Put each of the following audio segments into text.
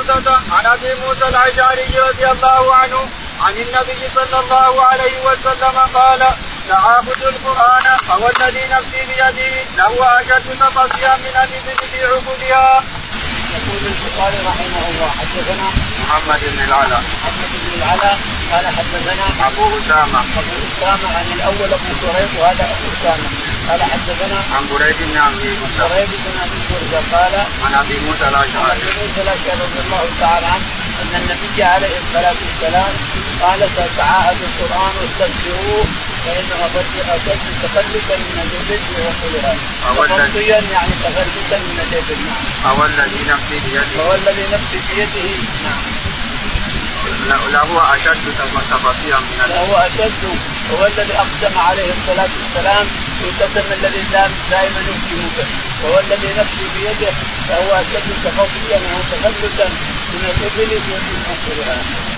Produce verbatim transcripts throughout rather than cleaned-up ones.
بردة عن أبي موسى الأشعري رضي الله عنه عن النبي صلى الله عليه وسلم قال تعاهدوا القرآن فوالذي نفسي بيده لهو أشد تفصيلا من الإبل في عقولها. يقول البخاري رحمه الله حدثنا محمد بن العلاء محمد بن العلاء قال حدثنا أبو أسامة أبو أسامة عن الأول أبو كريب وهذا أبو أسامة قال حدثنا عن بريد بن أبي موسى بريد بن أبي موسى قال عن أبي موسى الأشعري رضي الله تعالى عنه أن النبي عليه الصلاة والسلام قال تعاهد القرآن واستغفروه فإنه أشد تفلتا من الإبل وعقولها. تفلتا يعني تفلتا من الإبل. هو الذي نفسي بيده هو الذي نفسي بيده نعم. له أشد تفصيلا من الإبل. هو أشد هو الذي أقسم عليه الصلاة والسلام والقسم الذي دائما يقسم به وهو الذي نفسي بيده فهو أشد تفصيلا وتفلتا من الإبل وعقولها.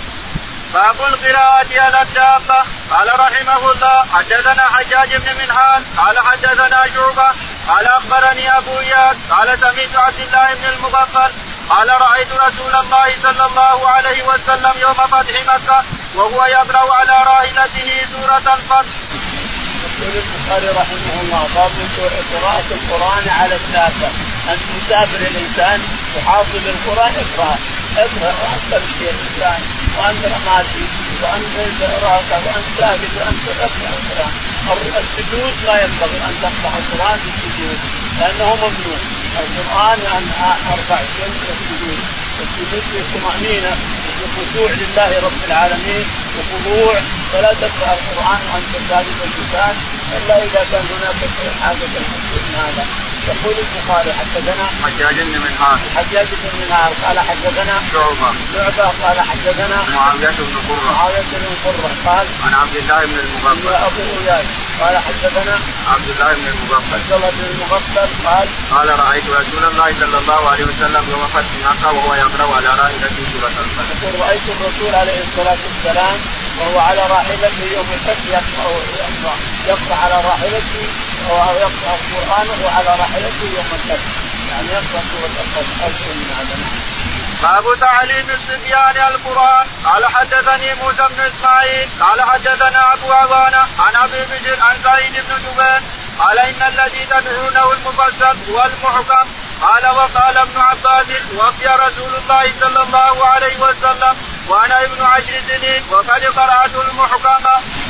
باب القراءة على الدابة. قال رحمه الله حدثنا حجاج بن منهال قال حدثنا شعبة قال أخبرني أبو إياس قال سمعت عبد الله بن المغفل قال رأيت رسول الله صلى الله عليه وسلم يوم فتح مكة وهو يقرأ على راحلته سورة الفتح. يقول البخاري رحمه الله باب قراءة القرآن على الدابة. أن تسافر الإنسان وحافظ القرآن اقرأ اقرأ وأنت في الإنسان وأنت ماشي وأنت راكع وأنت ساجد وأنت تقرأ القرآن. السجود لا ينبغي أن تقرأ القرآن في السجود لأنه ممنوع. القرآن أن أربع شيء السجود السجود بالطمأنينة والخشوع لله رب العالمين وخضوع فلا تقرأ القرآن وأنت ساجد الإنسان إلا إذا كان هناك حاجة من هذا. يقول البخاري حدثنا حجاج بن منهال حجاج بن منهال قال حدثنا شعبة شعبة قال حدثنا معاوية بن قرة معاوية بن قرة قال عن عبد الله بن المغفل أبو إياس قال حدثنا عبد الله بن المغفل عبد الله بن المغفل قال قال رأيت رسول الله صلى الله عليه وسلم يوم فتح مكة وهو يقرأ على راحلته سورة الفتح. يقول رأيت الرسول عليه الصلاة والسلام وهو على راحلته يوم الفتح يقرأ يقرأ يقرأ على راحلته أو يقرأ القرآن وعلى راحلته يوم الفتح يعني يقرأ سورة الفتح أكثر من هذا. باب تعليم الصبيان القرآن. قال حدثني موسى بن إسماعيل قال حدثنا أبو عوانة عن أبي بشر عن سعيد بن جبير قال إن الذي تدعونه المفسر هو المحكم. قال وقال ابن عباس وفي رسول الله صلى الله عليه وسلم وأنا ابن عشر سنين وقد قرأت المحكم.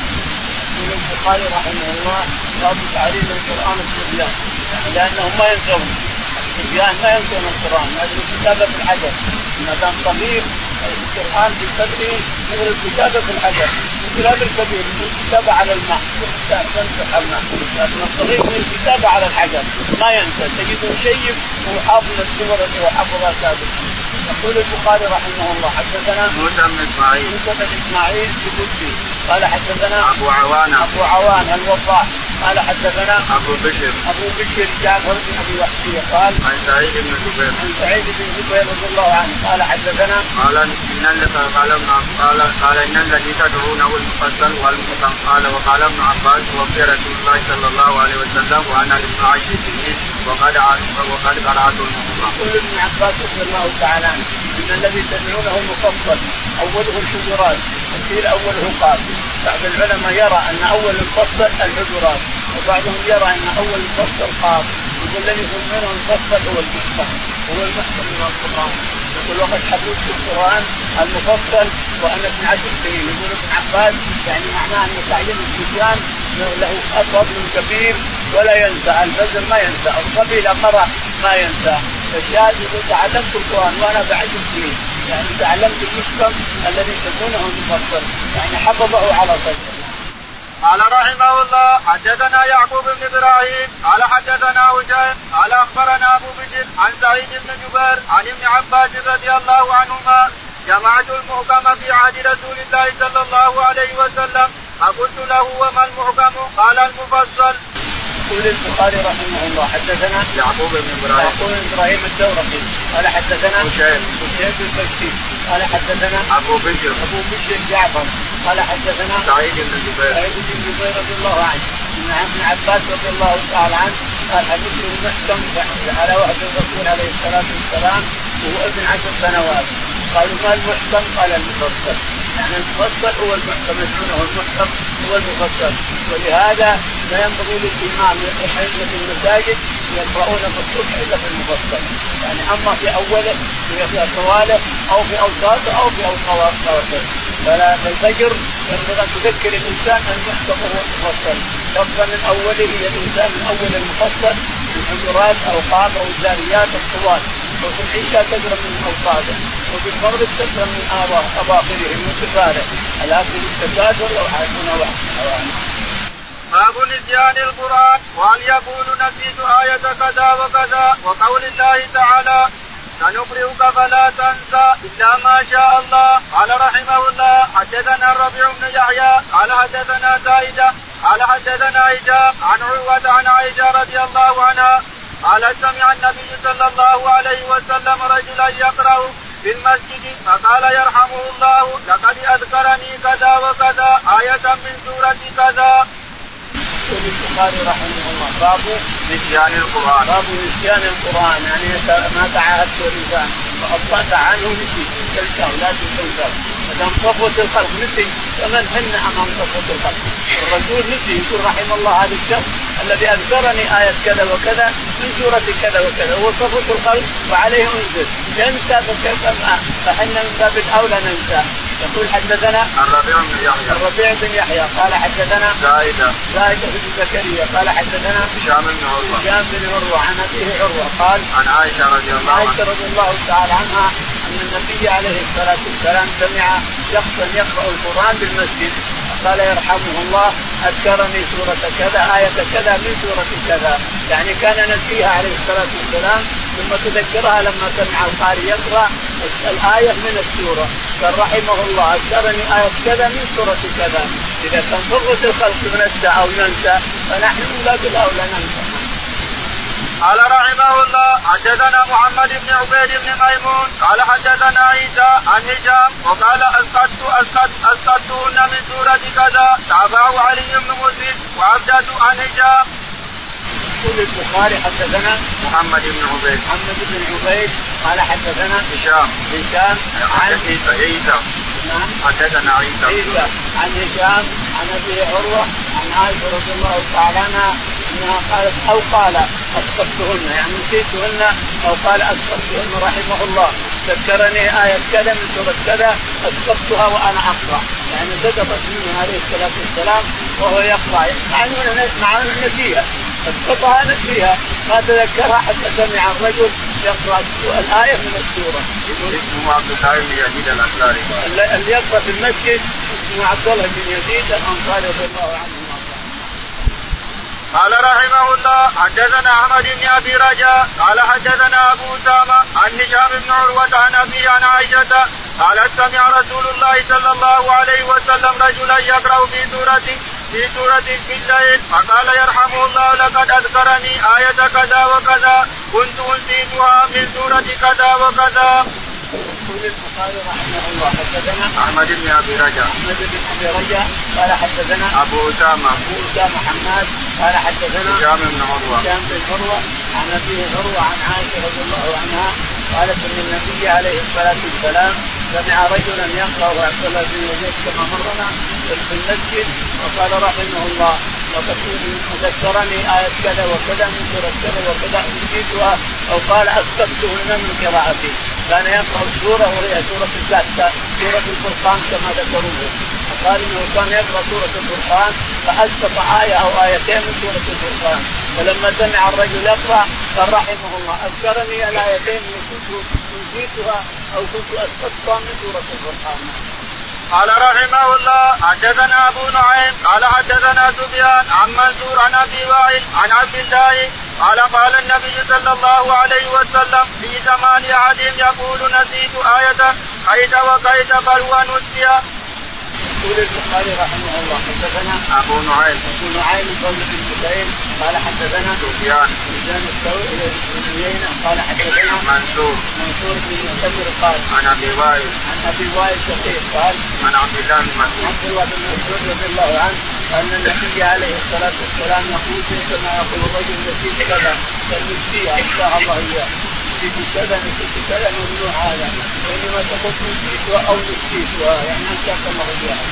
يقول البخاري رحمه الله باب تعليم القرآن الصبيان لأنهم ما ينسون الصبيان ما ينسون القرآن هذه الكتابة في الحجر ما دام صغير القرآن في صدره مثل الكتابة في الحجر مثل الكبير الكتابة على الماء تنسخ الماء لكن الصغير من الكتابة على الحجر ما ينسى تجده شيء وحافظ السور وحافظها سابقا. يقول البخاري رحمه الله حدثنا موسى بن إسماعيل موسى بن إسماعيل البصري قال حدثنا أبو عوانة أبو عوان الوضاح قال حدثنا أبو بشر أبو بشر جعفر بن أبي وحشية قال عن سعيد بن جبير عن سعيد بن جبير رضي الله عنه قال حدثنا قال إن قال قال قال إن الذي تدعونه المفصل والمحكم. قال وقال ابن عباس وفي رسول الله صلى الله عليه وسلم وأنا ابن عشر سنين وقد وقد قرأت المحكم. يقول ابن عباس رضي الله تعالى عنه إن الذي تدعونه المفصل أوله الحجرات وقيل أوله قاف. بعض العلماء يرى أن أول المفصل الحجرات وبعضهم يرى أن أول المفصل قاف. يقول الذي يسمونه المفصل هو المحكم هو المحكم من القرآن. يقول وقد حفظت القرآن المفصل وأنا ابن عشر سنين. يقول ابن عباس يعني معناه أن تعليم الصبيان له فضل كبير ولا ينسى البذر ما ينسى الصبي إذا قرأ ما ينسى. فالشاهد يقول تعلمت القرآن وأنا بعشر سنين يعني تعلمت المحكم الذي يسمونه المفصل يعني حفظه على صدره. قال رحمه الله حدثنا يعقوب بن إبراهيم قال حدثنا هشيم قال أخبرنا أبو بشر عن سعيد بن جبير عن ابن عباس رضي الله عنهما جمعت المحكم في عهد رسول الله صلى الله عليه وسلم فقلت له وما المحكم؟ قال المفصل. يقول البخاري رحمه الله حدثنا يعقوب بن إبراهيم يعقوب بن إبراهيم الدورقي قال حدثنا هشيم هشيم البكري قال حدثنا أبو بشر أبو بشر جعفر قال حدثنا سعيد بن جبير سعيد بن جبير رضي الله عنه عن ابن عباس رضي الله تعالى عنه قال حدثه المحكم على وعد الرسول عليه الصلاة والسلام وهو ابن عشر سنوات قالوا ما المحكم؟ قال المفصل. يعني المفصل هو المحكم، يدعونه المحكم هو المفصل. ولهذا لا ينبغي للإمام يحرم المساجد يقرؤون في الصبح إلا في المفصل. يعني أما في أوله في أطواله أو في أوساطه أو في أوساطه. فلا في الفجر ينبغي أن تذكر الإنسان أن المحكم هو المفصل. تبقى من أوله الإنسان من أول المفصل من الحجرات أو قام أو الزاريات الطوال. وفي العشاء تقرأ من أوساطه، وفي المغرب تقرأ من أواخره من كفاره. الأكل التكاثر أو حاسون واحد. باب نسيان القرآن وهل يقول نسيت آية كذا وكذا، وقول الله تعالى سنقرئك فلا تنسى إلا ما شاء الله. قال رحمه الله حدثنا الربيع بن يحيى قال حدثنا زائدة قال حدثنا هشام عن عروة عن عائشة رضي الله عنها قال سمع النبي صلى الله عليه وسلم رجلا يقرأ في المسجد فقال يرحمه الله لقد أذكرني كذا وكذا آية من سورة كذا. يقول البخاري رحمه الله باب نسيان القرآن. باب نسيان القرآن يعني ما تعاهدت الإنسان فأبطأت عنه نسي تلك لا تنسى. فدام صفوة الخلق نسي فمن حن أمام صفوة الخلق. الرسول نسي يقول رحم الله هذا الشخص الذي أذكرني آية كذا وكذا من سورة كذا وكذا هو صفوة الخلق وعليه أنزل ينسى فكيف فحن من باب الأولى ننسى. يقول حدثنا الربيع بن يحيى الربيع بن يحيى قال حدثنا زائدة زائدة بن زكريا قال حدثنا هشام بن عروة هشام بن عروة عن أبيه عروة قال عن عائشة رضي الله عنها عائشة رضي الله تعالى عنها أن النبي عليه الصلاة والسلام سمع شخصا يقرأ القرآن بالمسجد قال يرحمه الله أذكرني سورة كذا آية كذا من سورة كذا. يعني كان نسيها عليه الصلاة والسلام ثم تذكرها لما سمع القارئ يقرأ الآية من السورة قال رحمه الله أذكرني آية كذا من سورة كذا. إذا كان فرة الخلق ننسى أو ننسى فنحن من باب الأولى ننسى. قال رحمه الله حدثنا محمد بن عبيد بن ميمون قال حدثنا عيسى عن هشام وقال أسقطت أسقط أسقطتهن من سورة كذا. تابعه علي بن مسلم وعبدة عن هشام. يقول البخاري حدثنا محمد بن عبيد محمد بن عبيد قال حدثنا هشام هشام عن عيسى عيسى نعم حدثنا عيسى عيسى عن هشام عن أبي عروة عن عائشة رضي الله تعالى عنها أنها قالت أو قال أسقطتهن يعني نسيتهن أو قال أسقطتهن رحمه الله ذكرني آية كذا من سورة كذا أسقطتها وأنا أقرأ. يعني سقطت منه عليه الصلاة والسلام وهو يقرأ مع أنه نسيها أسقطها نسيها ما تذكرها حتى سمع الرجل يقرأ الآية من السورة. اسمه عبد الله بن يزيد الأنصاري اللي يقرأ في المسجد اسمه عبد الله بن يزيد الأنصاري رضي الله عنه. قال رحمه الله حدثنا أحمد بن أبي رجاء قال حدثنا أبو أسامة عن هشام بن عروة عن أبي عن عائشة قالت سمع رسول الله صلى الله عليه وسلم رجلا يقرأ في سورة في سورة في الليل فقال يرحمه الله لقد أذكرني آية كذا وكذا كنت أنسيتها من سورة كذا وكذا. يقول البخاري رحمه الله حدثنا أحمد بن أبي رجاء أحمد بن أبي رجاء قال حدثنا أبو أسامة أبو أسامة حماد قال حدثنا هشام بن عروة هشام بن عروة عن أبيه عروة عن عائشة رضي الله عنها قالت أن النبي عليه الصلاة والسلام سمع رجلا يقرأ عبد الله بن يزيد كما مرنا في المسجد وقال رحمه الله وقد ذكرني آية كذا وكذا من سورة كذا وكذا نسيتها أو قال أسقطتهن من قراءتي. كان يقرأ السورة وهي سورة الكهف سورة الفرقان كما ذكروه. قال إنه كان يقرأ سورة الفرقان فأسقط آية أو آيتين من سورة الفرقان. فلما سمع الرجل يقرأ قال رحمه الله أذكرني الآيتين من كنت نسيتها أو كنت أسقطتها من سورة الفرقان. قال رحمه الله حدثنا أبو نعيم قال حدثنا سفيان عن منصور عن أبي وائل عن عبد الله قال قال النبي صلى الله عليه وسلم في زمان أحدهم يقول نسيت آية كيت وكيت بل ونسي. يقول البخاري رحمه الله حدثنا أبو نعيم أبو نعيم قول بن سفيان قال حدثنا سفيان سفيان الثوري بن عيينة قال حدثنا منصور منصور بن معتمر قال عن أبي وائل عن أبي وائل شقيق قال عن عبد الله بن مسعود عبد الله بن مسعود رضي الله عنه أن النبي عليه الصلاة والسلام يقول كما يقول الرجل نسيت كذا فالنسيها إن شاء الله إياه نسيت كذا نسيت كذا ممنوع هذا وإنما ناخذ نسيت او نسيت يعني انساك الله اياها.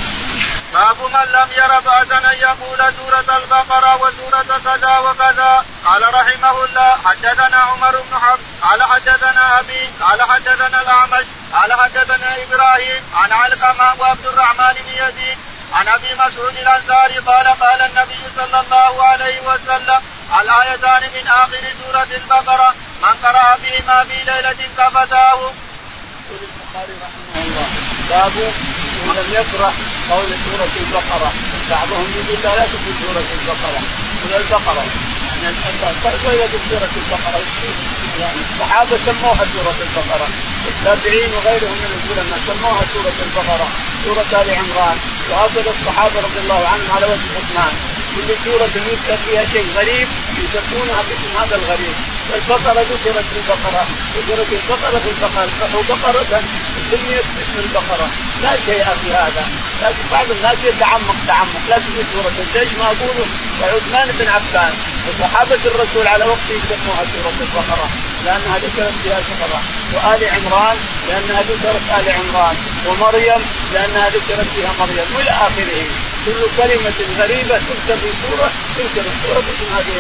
باب من لم ير بأسا أن يقول سورة البقرة وسورة كذا وكذا. قال رحمه الله حدثنا عمر بن حفص قال حدثنا أبي قال حدثنا الأعمش قال حدثنا إبراهيم عن علقمة وعبد الرحمن بن يزيد عن أبي مسعود الأنصاري قال قال النبي صلى الله عليه وسلم الآيتان من آخر سورة البقرة من قرأ بهما في ليلة كفتاه. يقول البخاري رحمه الله باب من لم يقرأ قول سورة البقرة. بعضهم يقول لا تقول سورة البقرة سورة البقرة يعني طيب سورة البقرة يعني الصحابة سموها سورة البقرة التابعين وغيرهم من العلماء سموها سورة البقرة سورة آل عمران وهكذا الصحابة رضي الله عنهم على وجه الإطلاق. كل سورة يذكر فيها شيء غريب يسمونها باسم هذا الغريب. البقرة ذكرت في البقرة ذكرت البقرة في البقرة وبقرة سميت باسم البقرة لا شيء في هذا. لكن بعض الناس يتعمق تعمق لا تجي سورة ليش ما أقوله وعثمان بن عفان وصحابة الرسول على وقت يسموها سورة البقرة لأنها ذكرت فيها البقرة وآل عمران لأنها ذكرت آل عمران ومريم لأنها ذكرت فيها مريم وإلى آخره. كل كلمة غريبة تذكر في سورة تذكر السورة باسم هذه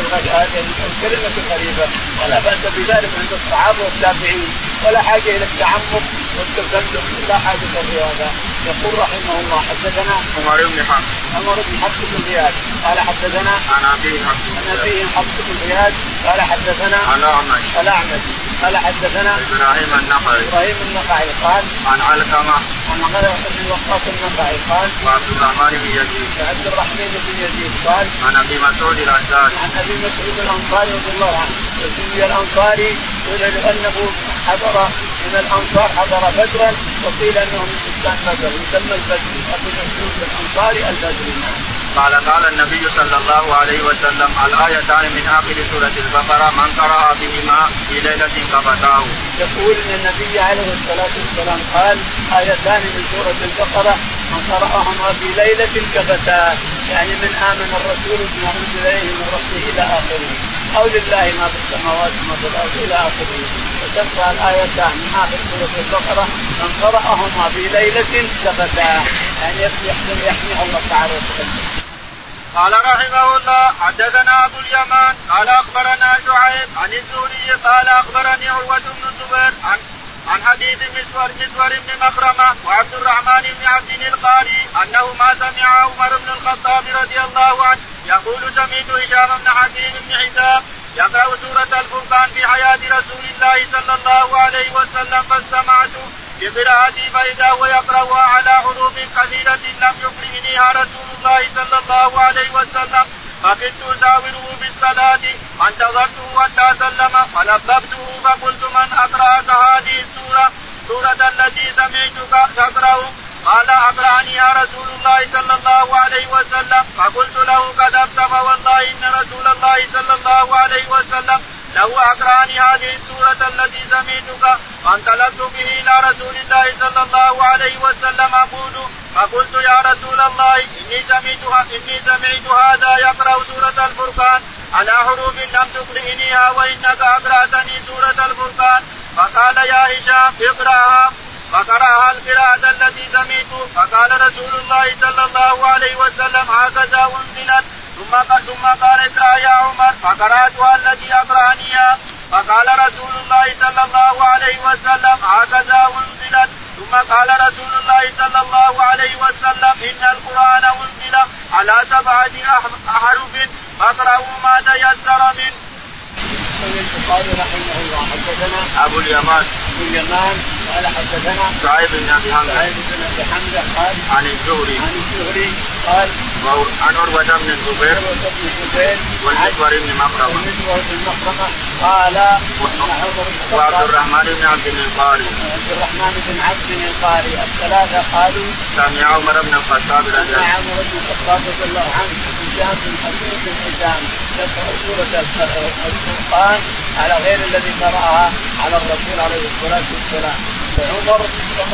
الكلمة الغريبة ولا بأس بذلك عند الصحابة والتابعين ولا حاجة إلى التعمق والتكلم لا حاجة في هذا. يقول رحمه الله حدثنا عمر بن حفص عمر بن حفص بن غياث قال حدثنا عن أبيه عن أبيه حفص بن غياث قال حدثنا الأعمش الأعمش قال حدثنا إبراهيم النخعي إبراهيم النخعي قال عن علقمة عن غير بن وقاص النخعي قال وعبد الرحمن بن يزيد عبد الرحمن بن يزيد قال عن أبي مسعود الأنصاري عن أبي مسعود الأنصاري رضي الله عنه وسمي الأنصاري لأنه حضر من الأنصار حضر بدرا وقيل أنه من سكان بدر يسمى البدري أبو مسعود الأنصاري البدري. قال قال النبي صلى الله عليه وسلم الآيتان من آخر سورة البقرة من قرأ بهما في ليلة كفتاه. يقول ان النبي عليه الصلاة والسلام قال آيتان من سورة البقرة من قرأهما في ليلة كفتاه يعني من آمن الرسول بما أنزل إليه من ربه إلى آخره أو لله ما في السماوات وما في الأرض إلى آخره. وتبقى الآيتان من آخر سورة البقرة من قرأهما في ليلة كفتاه يعني يحمي يحميه الله تعالى وتقدم. قال رحمه الله حدثنا أبو اليمان قال أخبرنا شعيب عن الزهري قال أخبرني عروة بن الزبير عن عن حديث مسور مسور بن مخرمة وعبد الرحمن بن عبد القاري أنه ما سمع عمر بن الخطاب رضي الله عنه يقول سمعت هشام بن حكيم بن حزام يقرأ سورة الفرقان في حياة رسول الله صلى الله عليه وسلم فاستمعت بقراءته فإذا هو يقرأها على حروف كثيرة لم يقرئنيها رسول الله صلى الله عليه وسلم فكنت أساوره بالصلاة فانتظرته حتى سلم فلببته فقلت من أقرأك هذه السورة سورة التي سمعتك تقرأ قال أقرأنيها رسول الله صلى الله عليه وسلم فقلت له كذبت فوالله إن رسول الله صلى الله عليه وسلم لو أقرأني هذه السورة التي سمعتك فانطلقت به إلى رسول الله صلى الله عليه وسلم أقول فقلت يا رسول الله إني سمعت إني سمعت هذا يقرأ سورة الفرقان على حروف لم تقرئنيها وإنك أقرأتني سورة الفرقان فقال يا هشام اقرأها فقرأها القراءة التي سمعت فقال رسول الله صلى الله عليه وسلم هكذا أنزلت ثم ثم قال اقرأ يا عمر فقرأتها التي أقرأنيها فقال رسول الله صلى الله عليه وسلم هكذا أنزلت ثم قال رسول الله صلى الله عليه وسلم إن القرآن أنزل على سبعة أحرف فاقرأوا ما تيسر منه. البخاري رحمه الله حدثنا أبو اليمان أبو اليمان قال حدثنا شعيب بن أبي حمزة شعيب بن أبي حمزة قال عن الزهري عن الزهري قال عن عروة بن الزبير والمسور بن مخرمة والمسور بن مخرمة قال وعبد الرحمن بن عبد القاري عبد الرحمن بن عبد القاري الثلاثة قالوا سمع عمر بن الخطاب رضي سمع عمر بن الخطاب رضي الله عنه هشام بن حكيم بن حزام يقرأ سورة الفرقان على غير الذي قرأها على الرسول عليه الصلاة والسلام. فعمر كما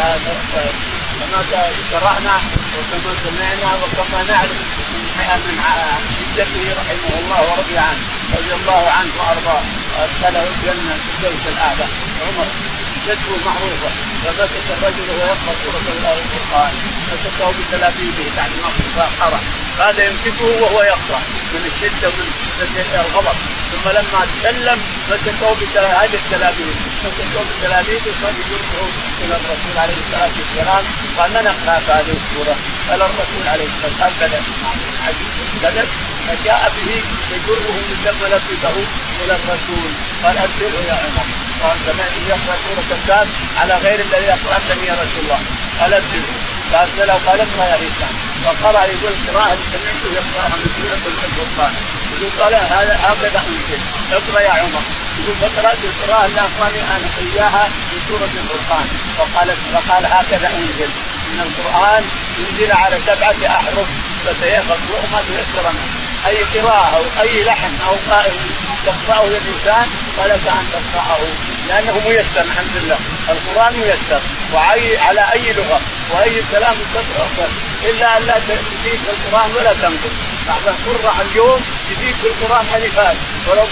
كما قرأنا وكما سمعنا وكما نعلم من جدته رحمه الله ورضي عنه رضي الله عنه وأرضاه وأدخله الجنة في الفردوس الأعلى. عمر يده معروفة. فمسك الرجل وهو يقرأ سورة الله القرآن مسكه بتلابيبه يعني مصر حرة، هذا يمسكه وهو يقرأ من الشدة ومن الغضب. ثم لما تسلم مسكه بهذه التلابيب مسكه بتلابيبه فيجره إلى الرسول عليه الصلاة والسلام قال من أقرأ هذه السورة؟ قال الرسول عليه الصلاة والسلام كذا فجاء به يجره من ثم لبسه إلى الرسول قال أبشره يا عمر. قال سمعني يقرأ سورة الكهف على غير الذي أقرأتني يا رسول الله. قال أبشره. قال له قال اقرأ يا عيسى. وقرأ يقول قراءة سمعته يقرأها من سورة الفرقان. يقول قال هذا هكذا أنزل. اقرأ يا عمر. يقول فقرأت القراءة اللي أعطاني أنا إياها من سورة الفرقان. وقال فقال هكذا أنزل من القرآن ينزل على سبعة أحرف فسيقرأ ما تيسر منه. أي قراءة أو أي لحن أو قائل تقرأه الإنسان فلك أن تقرأه لأنه ميسر. الحمد لله القرآن ميسر وعلى على أي لغة وأي كلام تقرأه إلا أن لا تزيد القرآن ولا تنقص. بعد القراء اليوم تزيد القرآن ألفات ولا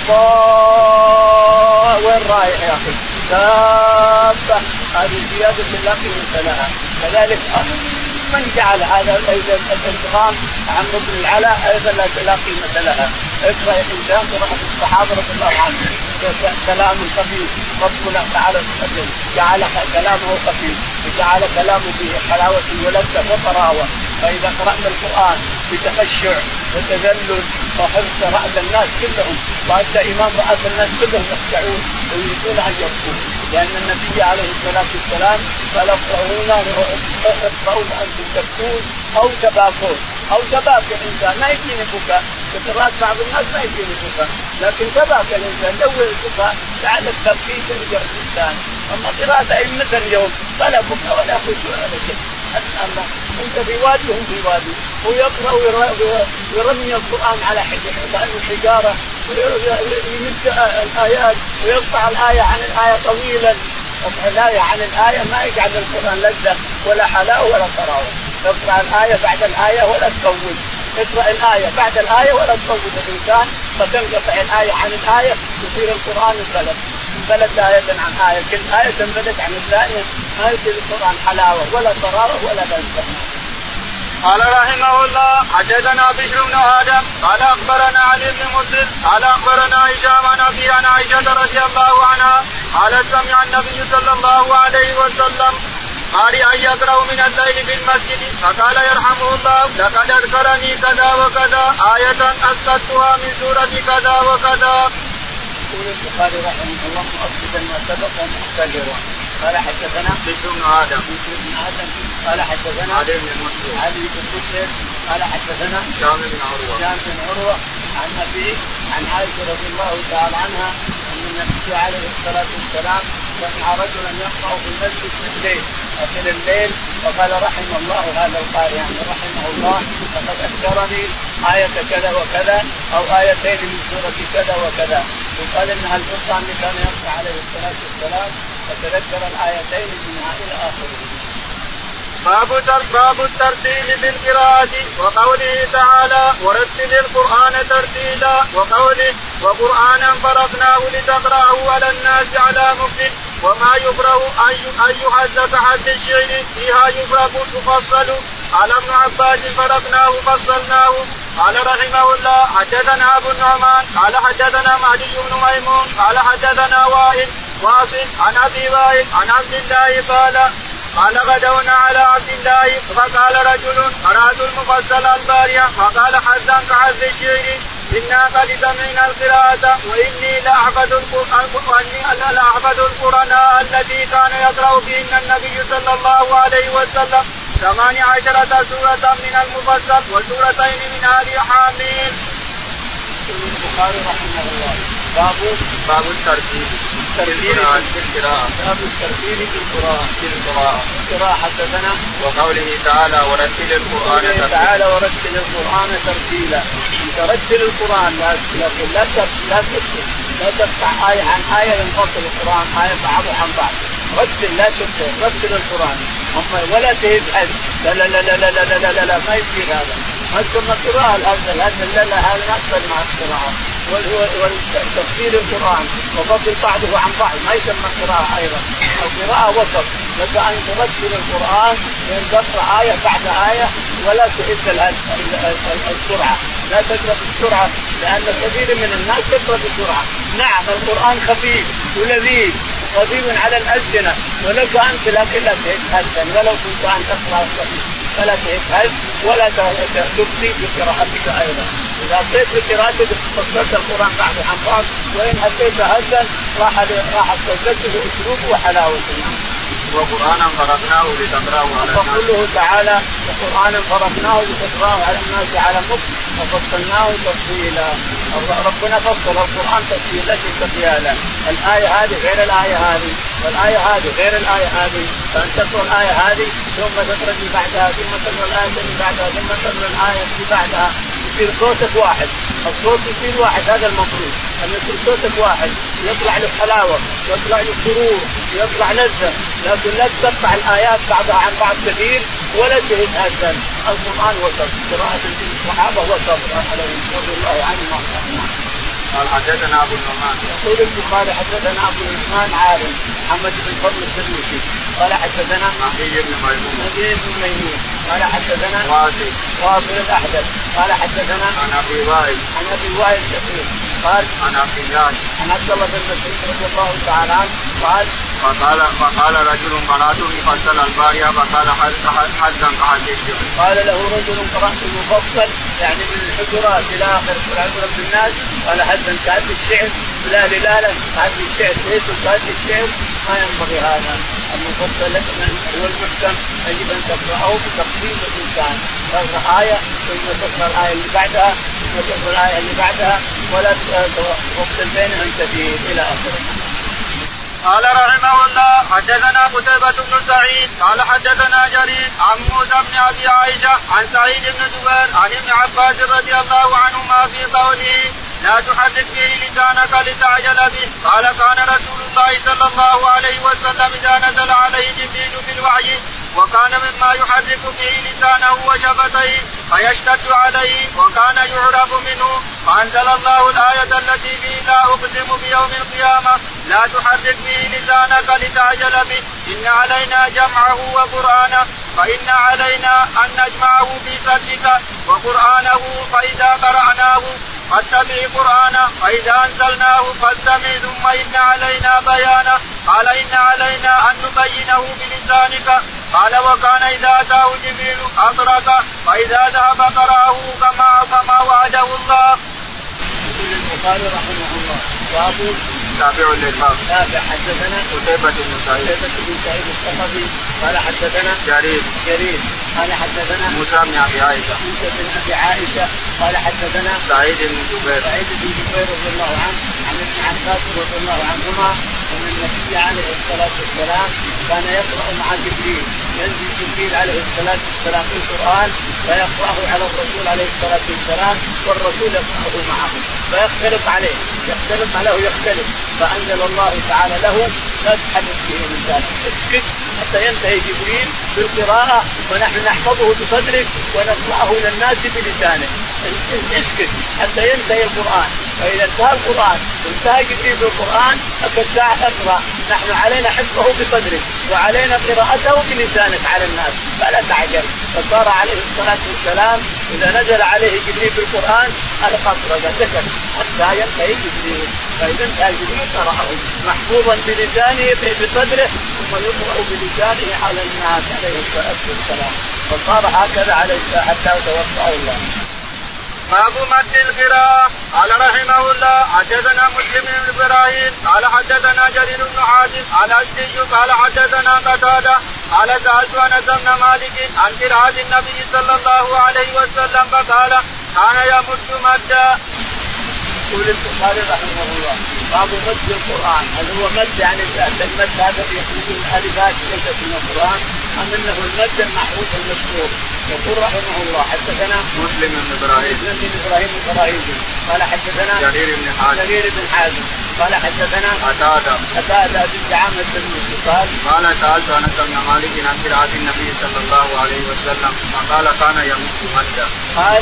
الله وين رايح يا أخي دابة هذه زيادة لا قيمة لها. كذلك من جعل هذا الانتقام عمرو بن العلاء أيضا لا قيمة لها. اقرأ الإنسان قراءة الصحابة رضي الله عنهم كلام خفيف ربنا تعالى جعل كلامه خفيف وجعل كلامه فيه حلاوة ولذة وطراوة. فإذا قرأنا القرآن بتخشع وتذلل فحرص رأس الناس كلهم وأتى إمام رأس الناس كلهم يخشعون ويريدون أن يبكوا لأن النبي عليه الصلاة والسلام قال اقرؤون اقرؤون أنتم تبكون أو تباكون أو تباكي الإنسان ما يجيني بكاء كترات بعض الناس ما يجيني بكاء لكن تباكي الإنسان لو البكاء بعد التبكيت يرجع الإنسان. أما قراءة أئمة اليوم فلا بكاء ولا خشوع ولا شيء. أما أنت في وادي هم في وادي ويقرأ ويرمي القرآن على حجارة ويمد الآيات ويقطع الآية عن الآية طويلا. قطع الآية عن الآية ما يجعل القرآن لذة ولا حلاوة ولا طراوة. تقرأ الآية بعد الآية ولا تطول. اقرأ الآية بعد الآية ولا تطول الإنسان فتنقطع الآية عن الآية يصير القرآن انفلت انفلت آية عن آية كل آية تنفلت عن الثانية ما يصير القرآن حلاوة ولا طراوة ولا لذة. قال رحمه الله حدثنا بشر بن آدم قال أخبرنا علي بن مسلم قال أخبرنا هشام عن أبي عن عائشة رضي الله عنها قالت سمع النبي صلى الله عليه وسلم قارئا يقرأ من الليل في المسجد فقال يرحمه الله لقد أذكرني كذا وكذا آية أسقطتها من سورة كذا وكذا. يقول البخاري رحمه الله مؤكدا ما سبق ومحتجرا. قال حدثنا بشر بن آدم بن آدم قال حدثنا علي بن مسلم علي بن مسلم قال حدثنا هشام بن عروة هشام بن عروة عن أبيه عن عائشة رضي الله تعالى عنها أن النبي عليه الصلاة والسلام سمع رجلا يقرأ في المسجد في الليل آخر الليل فقال رحم الله هذا القارئ يعني رحمه الله فقد أذكرني آية كذا وكذا أو آيتين من سورة كذا وكذا. وقال إنها الفرقة اللي كان يقرأ عليه الصلاة والسلام فتذكر الآيتين منها إلى آخره. باب باب الترتيل بالقراءة وقوله تعالى ورتل القرآن ترتيلا وقوله وقرآنا فرقناه لتقرأه على الناس على مكث وما يقرأ أن يحدث حد الشعر فيها يفرق تفصل. قال ابن عباس فرقناه فصلناه. قال رحمه الله حدثنا أبو النعمان قال حدثنا مهدي بن ميمون قال حدثنا وائل واصل عن أبي وائل عن عبد الله قال قال غدونا على عبد الله فقال رجل قرأت المفصل البارية فقال حزا كحز الشعر إنا قد سمعنا القراءة وإني لأحفظ القرآن وإني لأحفظ القرآن التي كان يقرأ فيهن النبي صلى الله عليه وسلم ثمان عشرة سورة من المفصل وسورتين من آل حامين. البخاري رحمه الله باب باب الترتيب القراءة باب الترتيب بالقراءة بالقراءة القراءة حدثنا وقوله تعالى ورتل القرآن ترتيلا تعالى ورتل القرآن ترتيلا. ترتل القرآن لكن لا لا لا تفتح آية عن آية ينفصل القرآن آية بعضها عن بعض. رتل لا تفتح رتل القرآن ولا تهزأ لا لا لا لا لا لا لا لا لا ما يصير هذا. ما ثم قراءة الأفضل هذا لا لا هذا أفضل مع القراءة وتفسير القرآن وفضل بعضه عن بعض ما يسمى قراءة أيضا. القراءة وسط، لك أن ترتل القرآن من تقرأ آية بعد آية ولا تهد السرعة، لا تقرأ بالسرعة لأن كثير من الناس تقرأ بسرعة. نعم القرآن خفيف ولذيذ خفيف على الألسنة ولك أنت لكن لا تهد ولو كنت أن تقرأ خفيف فلا تهد ولا تبطئ بقراءتك أيضا. إذا أبطئت بقراءتك فصلت القرآن بعد عن بعض، وإن أتيت هدا راح راح تسجل أسلوبه وحلاوته. وقرآنا فرقناه لتقرأه على الناس. وقوله تعالى وقرآنا فرقناه لتقرأه على الناس على مكر وفصلناه تفصيلا. ربنا فصل القرآن تفصيلا تفصيلا. الآية هذه غير الآية هذه والآية هذه غير الآية هذه، فأن تقرأ الآية هذه ثم تقرأ اللي بعدها ثم تقرأ الآية اللي بعدها ثم تقرأ الآية اللي بعدها يصير صوتك واحد، الصوت يصير واحد. هذا المطلوب أن يصير صوتك واحد، يطلع له حلاوة يطلع له سرور يطلع لذة، لكن لا تقطع الآيات بعضها عن بعض كثير ولا تهد هذا. القرآن وسط، قراءة الصحابة وسط عليهم رضي الله عنهم. قال حدثنا ابو النعمان يقول البخاري حدثنا ابو النعمان عالم محمد بن فضل السدوسي قال حدثنا نبي بن ميمون نبي بن ميمون قال حدثنا واصل واصل الاحدث قال حدثنا عن ابي وائل عن ابي وائل شقيق قال عن عبد الله عن عبد الله بن مسعود رضي الله تعالى عنه قال فقال فقال رجل قرأت مفصل البارحة فقال حزا كحديث قال له رجل قرأت المفصل يعني من الحجرات إلى آخر العشرة الناس قال حزا كحديث الشعر لا لا لا كحديث الشعر ليس كحديث الشعر ما ينبغي هذا. المفصل هو المحكم يجب أن تقرأه بتقديم الإنسان، تقرأ آية ثم تقرأ الآية اللي بعدها ثم تقرأ الآية اللي بعدها ولا تفصل بينهم كثير إلى آخره. قال رحمه الله حدثنا قتيبة بن سعيد قال حدثنا جرير عن موسى بن أبي عائشة عن سعيد بن جبير عن ابن عباس رضي الله عنهما في قوله لا تحرك به لسانك لتعجل به. قال كان رسول الله صلى الله عليه وسلم إذا نزل عليه جبريل بالوحي وكان مما يحرك به لسانه وشفتيه فيشتد عليه وكان يعرف منه، فأنزل الله الآية التي فيه لا أقسم بيوم القيامة لا تحرك به لسانك لتعجل به إن علينا جمعه وقرآنه فإن علينا أن نجمعه في صدرك وقرآنه فإذا قرأناه فاتبع قرآنه فإذا أنزلناه فاستمع ثم إن علينا بيانه. قال إن علينا أن نبينه بلسانك. قال وكان إذا أتاه جبريل أطرق فإذا ذهب قرأه كما كما وعده الله. يقول البخاري رحمه الله وأبو تابع للباب تابع حدثنا قتيبة بن سعيد قتيبة بن سعيد الثقفي قال حدثنا جرير جرير قال حدثنا موسى بن أبي عائشة موسى بن أبي عائشة قال حدثنا سعيد بن جبير سعيد بن جبير رضي الله عنه عن ابن عباس رضي الله عنهما أن النبي عليه الصلاة والسلام كان يقرأ مع جبريل، ينزل جبريل عليه الصلاة والسلام في القرآن فيقرأه على الرسول عليه الصلاة والسلام والرسول يقرأه معه فيختلف عليه يختلف عليه يختلف. فأنزل الله تعالى له لا تحدث به لسانك اسكت حتى ينتهي جبريل بالقراءة ونحن نحفظه بصدرك ونقرأه للناس بلسانه. اسكت حتى ينتهي القرآن، فإذا انتهى القرآن انتهى جبريل بالقرآن فالساعة اقرأ، نحن علينا حفظه بصدرك وعلينا قراءته بلسانك على الناس فلا تعجل. فصار عليه الصلاة والسلام إذا نزل عليه جبريل بالقرآن ألقى قرأ سكت حتى ينتهي جبريل، فإذا انتهى جبريل قرأه محفوظا بلسانه بصدره ثم يقرأ بلسانه على الناس عليه الصلاة والسلام. فصار هكذا عليه حتى توفاه الله. باب مد القراءة. قال رحمه الله حدثنا مسلم بن ابراهيم قال حدثنا جرير بن حازم على الشيء قال حدثنا قتادة قال سألت أنس بن مالك عن قراءة النبي صلى الله عليه وسلم فقال كان يمد مدا. يقول البخاري رحمه الله باب مد القرآن. هل هو مد يعني المد هذا يخرج من الألفات ليست من القرآن أم أنه المد المحفوظ المشهور؟ يقول رحمه الله حدثنا مسلم بن ابراهيم مسلم بن ابراهيم الفراهيدي قال حدثنا جرير بن حازم جرير بن حازم قال حدثنا قتادة قتادة بن دعامة السدوسي قال قال سألت أنس بن مالك عن قراءة النبي صلى الله عليه وسلم فقال كان يمد مدا. قال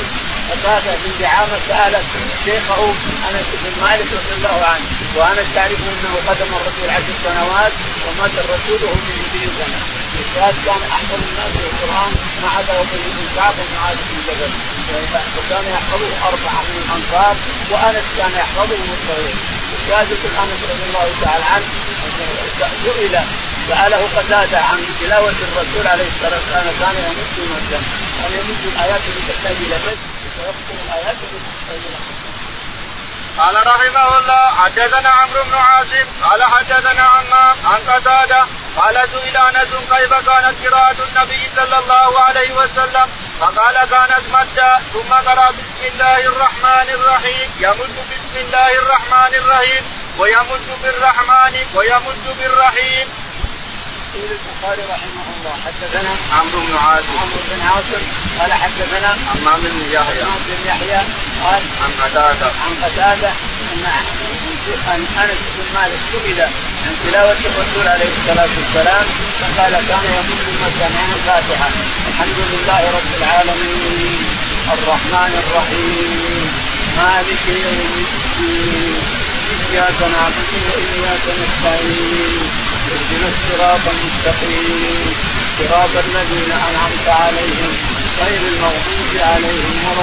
قتادة بن دعامة سأل شيخه أنس بن مالك رضي الله عنه، وأنا تعرف أنه قدم الرسول عشر سنوات ومات الرسول وهو من عشرين سنة. وكان كان أحفظ الناس القرآن ما عدا أبي بن كعب ومعاذ بن جبل، وكان يحفظه أربعة من الأنصار وأنس كان يحفظه من الصغير. وجاءت أنس رضي الله تعالى عنه سئل سأله قتادة عن تلاوة الرسول عليه الصلاة والسلام كان يمد مدا، كان يمد الآيات التي تحتاج إلى مد ويذكر الآيات التي تحتاج إلى مد. قال رحمه الله حدثنا عمرو بن عاصم قال حدثنا عمام عن قتادة قال سئل أنس كيف كانت قراءة النبي صلى الله عليه وسلم فقال كانت مدا ثم قرأ بسم الله الرحمن الرحيم يمد بسم الله الرحمن الرحيم ويمد بالرحمن ويمد بالرحيم. يقول البخاري رحمه الله حدثنا عمرو بن عاصم عمرو بن عاصم قال حدثنا عمام بن يحيى عمام بن يحيى قال عن قتادة عن قتادة أن أنس بن مالك سئل عن تلاوة الرسول عليه الصلاة والسلام فقال كان يمد المسامع الفاتحة الحمد لله رب العالمين الرحمن الرحيم مالك يوم الدين إياك نعبد وإياك نستعين اهدنا الصراط المستقيم صراط الذين أنعمت عليهم غير المغضوب عليهم ولا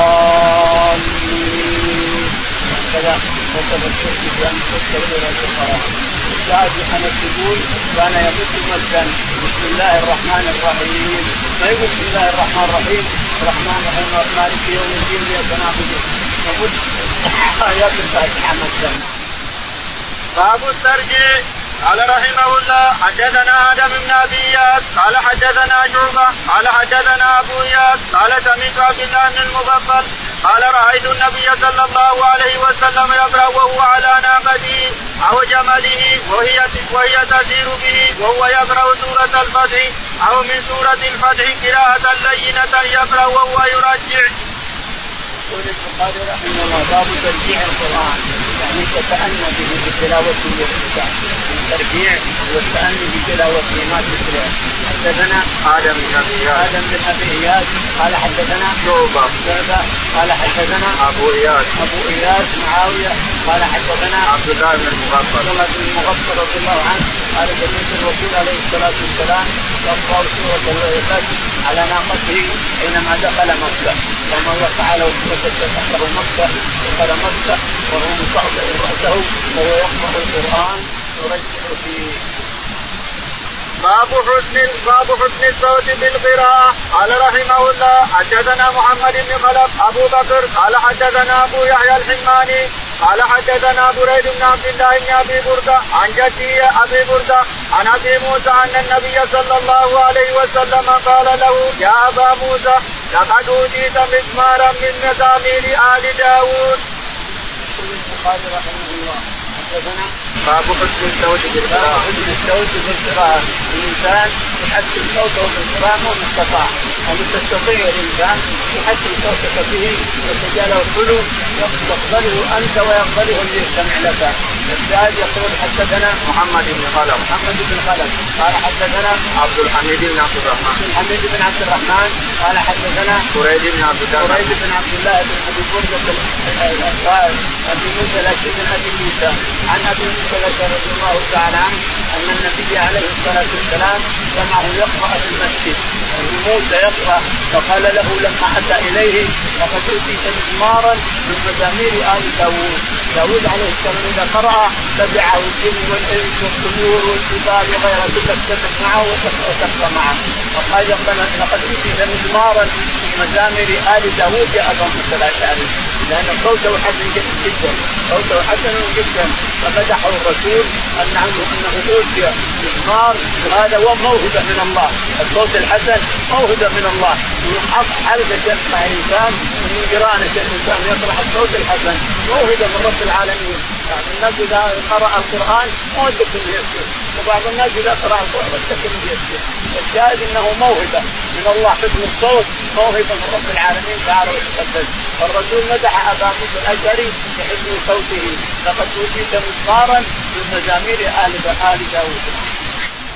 الضالين. هكذا وصف الشيخ بأن تستغفر الفقراء. الشاهد أنس يقول كان يمد مدا بسم الله الرحمن الرحيم، ما يقول بسم الله الرحمن الرحيم الرحمن الرحيم مالك يوم الدين إياك نعبد يمد آيات الفاتحة مدا. باب الترجيع. قال رحمه الله حدثنا آدم بن أبي إياس قال حدثنا شعبة قال حدثنا أبو إياس قال سمعت عبد الله بن المغفل قال رأيت النبي صلى الله عليه وسلم يقرأ وهو على ناقته أو جمله وهي وهي تسير به وهو يقرأ سورة الفتح أو من سورة الفتح قراءة لينة يقرأ وهو يرجع. يقول البخاري رحمه الله باب ترجيع القرآن، يعني تتأنى به بتلاوته والقراءة، الترجيع والتأني بتلاوته ما تكره. حدثنا آدم بن أبي إياس آدم بن أبي إياس قال حدثنا شعبة شعبة قال حدثنا أبو إياس أبو إياس معاوية قال حدثنا عبد الله بن المغفل عبد الله بن المغفل رضي الله عنه قال سمعت الرسول عليه الصلاة والسلام يقرأ سورة الفتح على ناقته حينما دخل مكة، كما الله تعالى وفتح مكة دخل مكة وهو مصعد رأسه وهو يقرأ القرآن يرجع فيه. باب حسن باب حسن الصوت بالقراءة. قال رحمه الله حدثنا محمد بن خلف أبو بكر قال حدثنا أبو يحيى الحماني قال حدثنا بريد بن عبد الله بن أبي بردة عن جدي أبي بردة عن أبي موسى أن النبي صلى الله عليه وسلم قال له يا أبا موسى لقد أوتيت مزمارا من مزامير آل داود. يقول البخاري رحمه الله حدثنا باب حسن الصوت بالقراءة. حسن الصوت بالقراءة الإنسان يحسن صوته بالقراءة ما استطاع، أن تستطيع الإنسان يحسن صوتك به وتجعله حلو يقبله أنت ويقبله اللي يستمع لك. الشاهد يقول حدثنا محمد بن خلف محمد بن خلف قال حدثنا عبد الحميد بن عبد الرحمن عبد الحميد بن عبد الرحمن قال حدثنا بريد بن عبد الله بريد بن عبد الله بن أبي بردة قال أبي موسى الأشعري بن أبي موسى عن أبي موسى رضي الله تعالى عنه أن النبي عليه الصلاة والسلام سمعه يقرأ في المسجد أبي موسى يقرأ فقال له لما أتى إليه لقد أوتيت مزمارا من مزامير آل داود. داود عليه السلام إذا قرأ تبعه الجن والإنس والطيور والجبال وغيرها كلها تسبح معه وتقرأ معه. وقال لقد أوتيت مزمارا من مزامير آل داود يا أبا موسى الأشعري، لأن صوته حسن جدا صوته حسن جدا. فمدحه الرسول أنه أنه أوتي مزمار وهذا هو موهبة من الله. الصوت الحسن موهبة من الله، يحط حلقة يسمع الإنسان ومن جيرانه الإنسان يقرأ الصوت الحسن موهبة من رب العالمين. يعني الناس إذا قرأ القرآن مودك من يسير، وبعض الناس إذا قرأ القرآن مودك من يسير. الشاهد أنه موهبة من الله، حسن الصوت موهبة من رب العالمين تعالى وتقدس. والرسول مدح أبا موسى الأشعري بحسن صوته لقد أوتيت مزمارا من مزامير آل داود.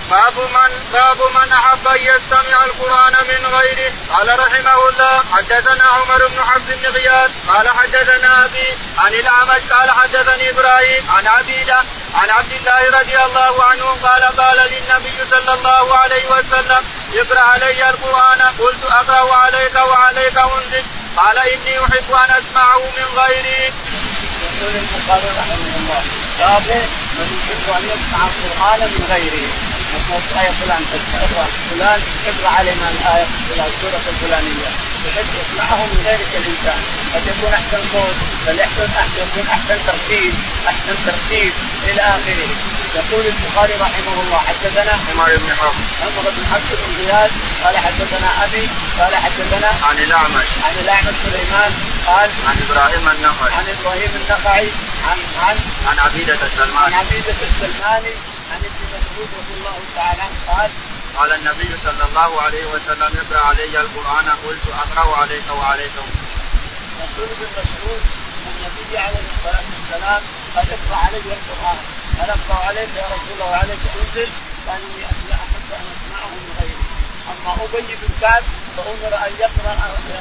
باب من باب من أحب أن يستمع القرآن من غيره. قال رحمه الله حدثنا عمر بن حفص بن غياث قال حدثنا أبي عن الأعمش قال حدثني إبراهيم عن عبيدة عن عبد الله رضي الله عنه قال قال للنبي صلى الله عليه وسلم اقرأ علي القرآن قلت أقرأ عليك وعليك أنزل قال إني أحب أن أسمعه من غيري. يقول البخاري رحمه الله باب من يحب أن يسمع القرآن من غيره. مثل آية فلان تقرأ فلان اقرأ علينا الآية فلان السورة الفلانية يحب يسمعه من غيرك الإنسان قد يكون أحسن صوت بل يحسن أحسن يكون أحسن ترتيب أحسن ترتيب إلى آخره. يقول البخاري رحمه الله حدثنا عمر بن حفص عمر بن حفص بن غياث قال حدثنا أبي قال حدثنا عن الأعمش عن الأعمش سليمان قال عن إبراهيم النخعي عن إبراهيم النخعي عن عن عن عبيدة السلماني عن عبيدة السلماني عن ابن مسعود رضي الله تعالى عنه قال قال النبي صلى الله عليه وسلم اقرأ علي القرآن قلت أقرأ عليك وعليك. يقول ابن مسعود النبي عليه الصلاة والسلام قال اقرأ علي القرآن قال اقرأ عليك يا رسول الله وعليك أنزل قال إني أحب أن أسمعه من غيري. أما أبي بن كعب فأمر أن يقرأ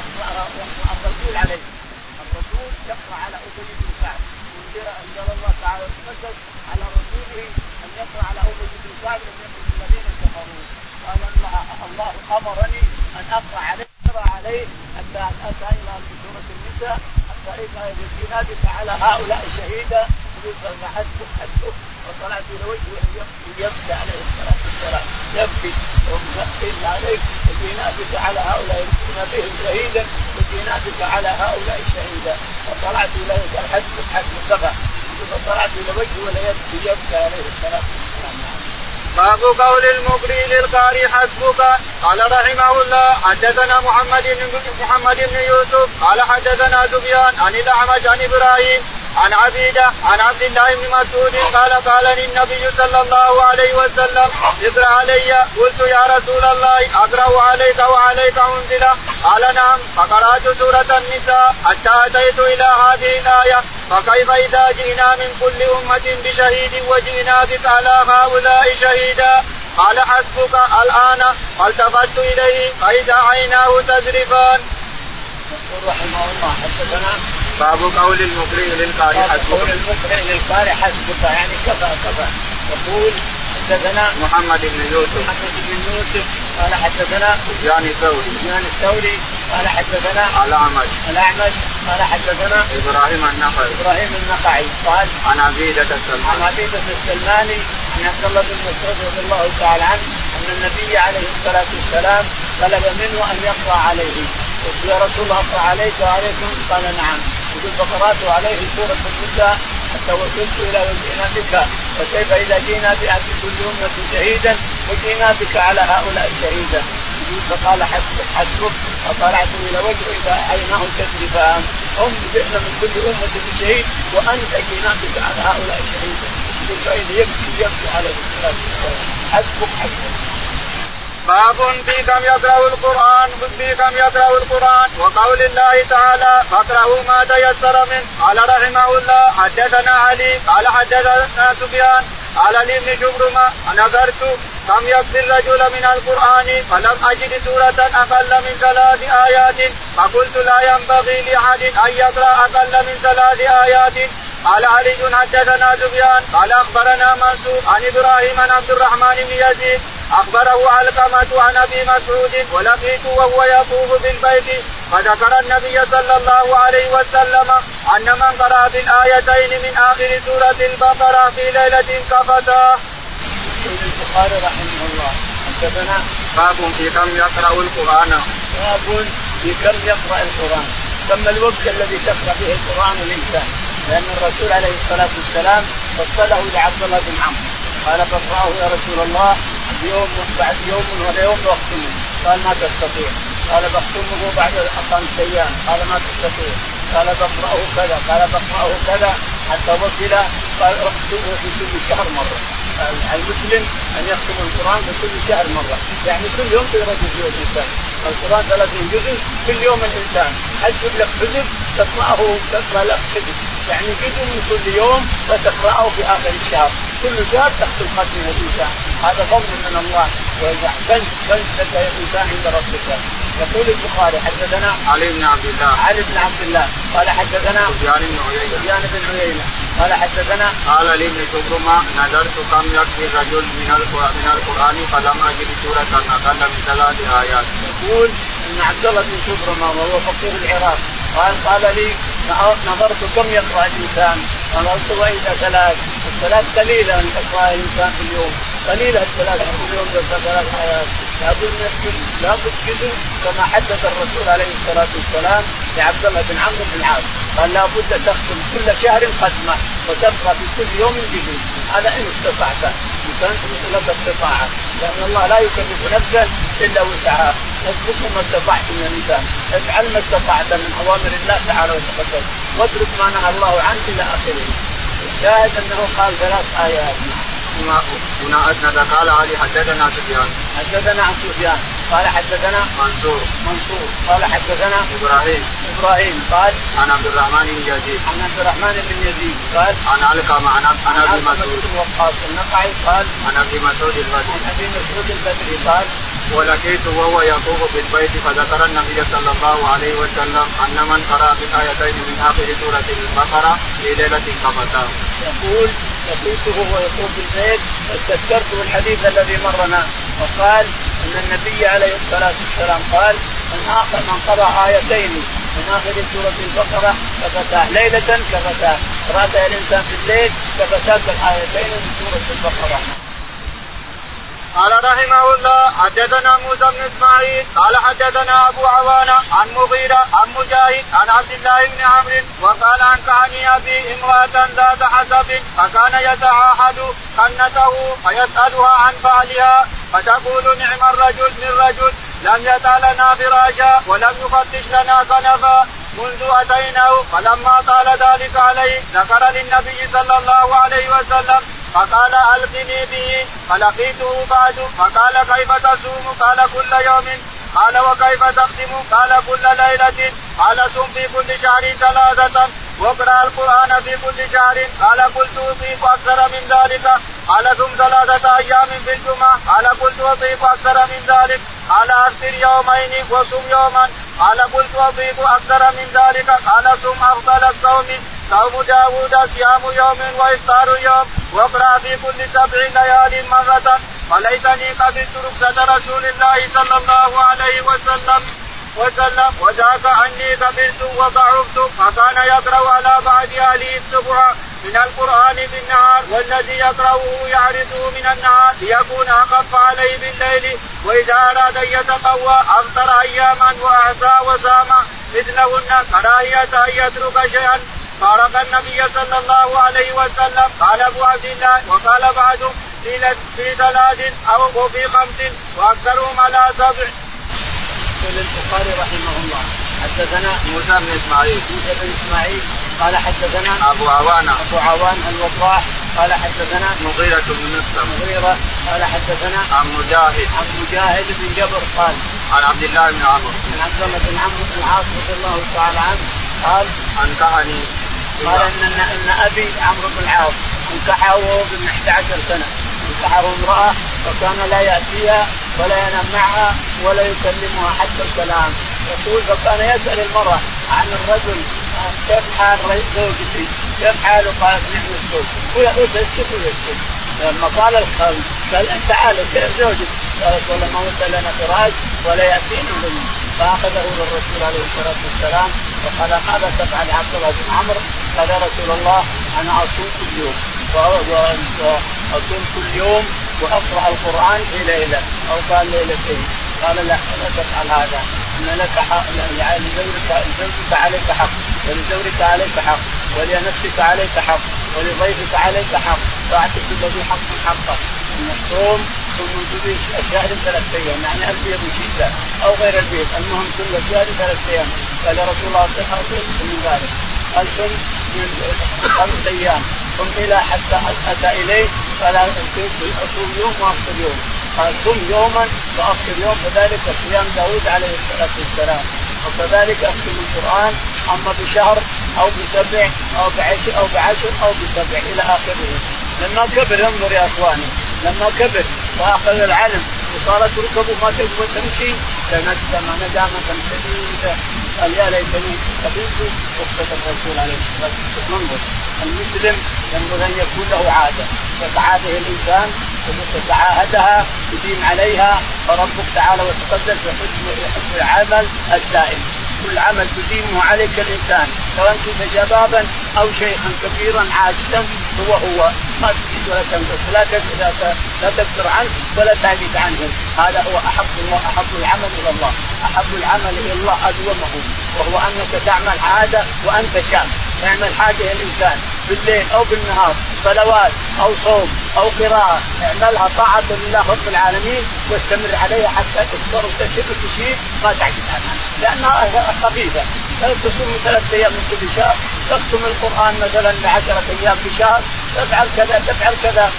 الرسول عليه الرسول يقرأ على أبي بن كعب أنزل الله تعالى المسجد على رسوله أن يقرأ على أبي بن كعب لم يكن الذين كفروا قال الله الله أمرني أن أقرأ عليه أقرأ عليه حتى أتى إلى سورة النساء حتى إذا يجينا بك على هؤلاء شهيدا فحسبك حسبك وطلعت إلى وجهه يبكي عليه الصلاة والسلام يبكي ومسكين عليك وجينا بك على هؤلاء يكون بهم شهيدا وجينا بك على هؤلاء شهيدا وطلعت إلى وجهه حسبك حسبك كفى وطلعت إلى وجهه ولا يبكي يبكي عليه الصلاة والسلام. باب قول المقرئ للقارئ حسبك. قال رحمه الله حدثنا محمد بن محمد بن يوسف قال حدثنا سفيان عن الأعمش عن إبراهيم عن عبيدة عن عبد الله بن مسعود قال قال للنبي صلى الله عليه وسلم اقرأ علي قلت يا رسول الله أقرأ عليك وعليك أنزل قال نعم فقرأت سورة النساء حتى أتيت إلى هذه الآية فكيف إذا جئنا من كل أمة بشهيد وجئنا بك على هؤلاء شهيدا قال حسبك الآن فالتفت إليه فإذا عيناه تذرفان. يقول رحمه الله حدثنا باب قول المقرئ للقارئ حسبك. قول المقرئ للقارئ حسبك يعني كفى كفى. يقول حدثنا محمد بن يوسف محمد بن يوسف قال حدثنا سفيان الثوري سفيان الثوري قال حدثنا الأعمش الأعمش قال حدثنا إبراهيم النخعي إبراهيم النخعي قال عن عبيدة السلماني عن عبيدة السلماني عن عبد الله بن مسعود رضي الله تعالى عنه أن النبي عليه الصلاة والسلام طلب منه أن يقرأ عليه قلت يا رسول الله أقرأ عليك وعليكم قال نعم يقول فقرأت عليه سورة النساء حتى وصلت إلى وجئنا بك وكيف إذا جئنا بأهل كل أمة شهيدا وجئنا بك على هؤلاء شهيدا فقال حسبك حسبك فطلعت إلى وجهه إذا عيناه تذرفان هم جئنا من كل أمة بشهيد وأنت جئنا بك على هؤلاء شهيدا فإذا يبكي يبكي عليه الصلاة والسلام حسبك حسبك. باب في كم يقرأ القرآن في كم يقرأ القرآن وقول الله تعالى فاقرأوا ما تيسر منه. قال رحمه الله حدثنا علي قال حدثنا سفيان قال لابن جبرمة نظرت كم يكفي الرجل من القرآن فلم أجد سورة أقل من ثلاث آيات فقلت لا ينبغي لأحد أن يقرأ أقل من ثلاث آيات. قال علي حدثنا سفيان قال أخبرنا منصور عن إبراهيم عن عبد الرحمن بن يزيد أخبره علقمة عن أبي مسعود ولقيته وهو يطوف بالبيت فذكر النبي صلى الله عليه وسلم أن من قرأ بالآيتين من آخر سورة البقرة في ليلة كفتا. البخاري رحمه الله حدثنا باب في كم يقرأ القرآن. باب في كم يقرأ القرآن كم الوقت الذي تقرأ به القرآن الإنسان لأن الرسول عليه الصلاة والسلام فصله لعبد الله بن عمرو قال فاقرأه يا رسول الله يوم بعد يوم ولا يوم واختمه قال ما تستطيع قال بختمه بعد خمس أيام قال ما تستطيع قال بقرأه كذا قال بقرأه كذا حتى وصل قال اختمه في كل شهر مرة. المسلم أن يختم القرآن في كل شهر مرة يعني كل يوم تقرأ جزء الإنسان القرآن ثلاثين جزء كل يوم الإنسان حسب لك حزب تقرأه تقرأ لك حزب يعني جزء من كل يوم وتقرأه في آخر الشهر كل شهر تختم ختمه الإنسان. هذا فضل من الله وكنز كنز لك يا إنسان عند ربك. يقول البخاري حدثنا علي بن عبد الله علي بن عبد الله قال حدثنا سفيان بن عيينة سفيان بن عيينة قال حدثنا قال لي ابن شبرمة نظرت كم يكفي الرجل من من القرآن فلم أجد سورة أقل من ثلاث آيات. يقول ان عبد الله بن شبرمة وهو فقيه العراق قال قال لي نظرت كم يقرأ الإنسان نظرت وإذا ثلاث الثلاث قليلة أن تقرأ الإنسان في اليوم قليلة الثلاث في اليوم ثلاث آيات. لابد من لابد كذا كما حدث الرسول عليه الصلاة والسلام لعبد الله بن عمرو بن العاص قال لابد تختم كل شهر ختمة وتبقى في كل يوم جزء. هذا إن استطعت إن كانت لك استطاعة لأن الله لا يكلف نفسا إلا وسعها. اسلك ما استطعت من الإنسان افعل ما استطعت من أوامر الله تعالى وتقدم واترك ما نهى الله عنه إلى آخره. الشاهد أنه قال ثلاث آيات. هنا أسند قال علي حدثنا سفيان حدثنا عن سفيان قال حدثنا منصور منصور قال حدثنا إبراهيم إبراهيم قال عن عبد الرحمن بن يزيد عن عبد الرحمن بن يزيد قال عن علقمة عن عن أبي مسعود وقاص النقعي قال عن أبي مسعود البدري عن أبي مسعود البدري قال ولقيت وهو يطوف بالبيت فذكر النبي صلى الله عليه وسلم أن من قرأ بالآيتين من آخر سورة البقرة في ليلة كفتاه. يقول لقيته وهو يطوف بالبيت واستذكرت الحديث الذي مرنا وقال أن النبي عليه الصلاة والسلام قال من آخر من قرأ آيتين من آخر سورة البقرة كفتاه ليلة كفتاه. قرأتها الإنسان في الليل كفتاه الآيتين من سورة البقرة. قال رحمه الله حدثنا موسى بن اسماعيل قال حدثنا ابو عوانة عن مغيرة عن مجاهد عن عبد الله بن عمرو وقال عن كعني ابي امرأة ذات حسب فكان يتعاهد خنته فيسألها عن بعلها فتقول نعم الرجل من رجل لم يدع لنا فراشا ولم يفتش لنا كنفا منذ أتيناه فلما طال ذلك عليه ذكر للنبي صلى الله عليه وسلم فقال ألقني به فلقيته بعد فقال كيف تصوم قال كل يوم قال وكيف تختم قال كل ليلة قال صم في كل شهر ثلاثة واقرأ القرآن في كل شهر قال قلت أطيق أكثر من ذلك قال ثم ثلاثة أيام في الجمعة قال قلت أطيق أكثر من ذلك قال أفطر يومين وصم يوما قال قلت أطيق أكثر من ذلك قال صم أفضل الصوم صوم داود صيام يوم وإفطار يوم واقرأ في كل سبع ليال مرة وليتني قبلت رخصة رسول الله صلى الله عليه وسلم وسلم وذاك عني قبلت وضعفت فكان يقرأ على بعض أهله السبع من القرآن بالنهار والذي يقرأه يعرضه من النهار ليكون أخف عليه بالليل وإذا أراد أن يتقوى أفطر أياما وأعصى وسام مثلهن كراهية أن يترك شيئا فارق النبي صلى الله عليه وسلم. قال أبو عبد الله وقال بعضهم في ثلاث أو في خمس وأكثرهم على سبع. قال البخاري رحمه الله حدثنا موسى بن إسماعيل موسى بن إسماعيل قال حدثنا أبو عوانة أبو عوان الوضاح قال حدثنا مغيرة بن مسلم مغيرة قال حدثنا عن مجاهد عن مجاهد بن جبر قال عن عبد الله بن عمرو عن عبد الله بن عمرو بن العاص رضي الله تعالى عنه قال أنكحني قال ان ان ابي عمرو بن العاص انكحه وهو ابن إحدى عشرة سنة انكحه امرأة وكان لا يأتيها ولا ينام معها ولا يكلمها حتى الكلام. يقول فكان يسأل المرأة عن الرجل كيف حال زوجتي كيف حاله قالت نعم الزوج ويقول يسكت ويسكت. لما قال الخل قال انت تعالى كيف زوجك قالت والله ما وصل لنا فراش ولا يأتينا منه. فأخذه للرسول عليه الصلاة والسلام وقال ماذا تفعل عبد الله بن عمرو؟ قال يا رسول الله أنا أصوم كل يوم وأصوم كل يوم وأقرأ القرآن في ليلة أو قال ليلتين. قال لا لا تفعل هذا إن لك حق لزوجك عليك حق ولزوجك عليك حق ولنفسك عليك حق ولضيفك عليك حق فأعطي كل ذي حق حقه. إن الصوم ثم تبيش الشهر ثلاث أيام يعني البيض شدة أو غير البيض المهم كل شهر ثلاث أيام. قال يا رسول الله أصيح من ذلك قال ثم من خمس أيام ثم إلى حتى أتى إليه قال أصوم يوم وأفطر يوم قال ثم يوما وأفطر يوم فذلك صيام داود عليه الصلاة والسلام. وكذلك أختم القرآن أما بشهر أو بسبع أو بعشر أو بعشر أو بسبع إلى آخره. لما كبر انظر يا اخواني لما كبر واخذ العلم وصارت ركبه ما تقدر تمشي تندم ندامة شديدة قال يا ليتني قبلت رخصة الرسول عليه الصلاة والسلام. انظر المسلم ينبغي ان يكون له عادة يتعاده الانسان ويتعاهدها يدين عليها فربك تعالى وتقدس يحب العمل الدائم. كل عمل تديمه عليك الانسان سواء كنت شبابا او شيخا كبيرا عاجزا هو هو ما تزيد ولا تنقص لا لا تكثر عنه ولا تعجز عنه. هذا هو احب الله احب العمل الى الله احب العمل الى الله ادومه وهو انك تعمل عاده وانت شاب تعمل حاجه الانسان بالليل او بالنهار صلوات او صوم او قراءه اعملها طاعه لله رب العالمين واستمر عليها حتى تكبر وتشب وتشيب ما تعجز عنها لانها خفيفه. تصوم ثلاثة ايام من كل شهر تختم القران مثلا لعشرة ايام في شهر تفعل كذا تفعل كذا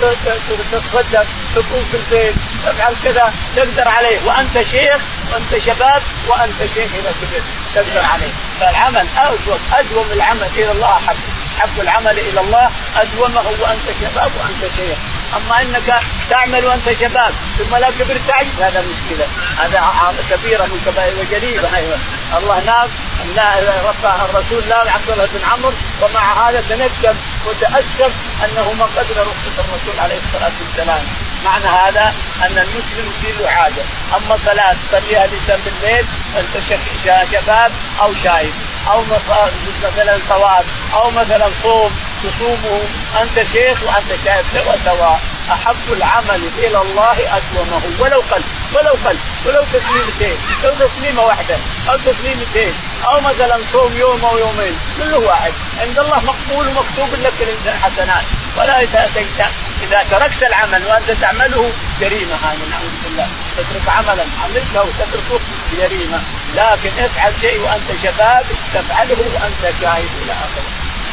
تتصدق تقوم في البيت تفعل كذا تقدر عليه وانت شيخ وانت شباب وانت شيخ اذا كبرت تقدر عليه. فالعمل ادوم ادوم العمل الى الله احب حب العمل الى الله ادومه وانت شباب وانت شيخ. اما انك تعمل وانت شباب ثم لا كبرت تعجز هذا مشكله هذا كبيره من كبائر وجريمه. ايوه الله نام لا رفع الرسول لا عبد الله بن عمرو ومع هذا تندم وتأسف انه ما قدر رخصة الرسول عليه الصلاة والسلام. معنى هذا ان المسلم يصير له عاده. اما صلاه تصليها الانسان بالليل انت شباب او شايب او مثلا طواف او مثلا صوم تصومه انت شيخ وانت شايب سوا سوا. احب العمل الى الله ادومه ولو قل ولو قل ولو تسليمتين لو تسليمه واحده او تسليمتين او مثلا صوم يوم او يومين كله واحد عند الله مقبول ومكتوب لك الحسنات. ولا اذا اذا تركت العمل وانت تعمله جريمه هذه نعوذ بالله تترك عملا عملته وتتركه جريمه. لكن افعل شيء وانت شباب تفعله وانت شاهد الى اخره.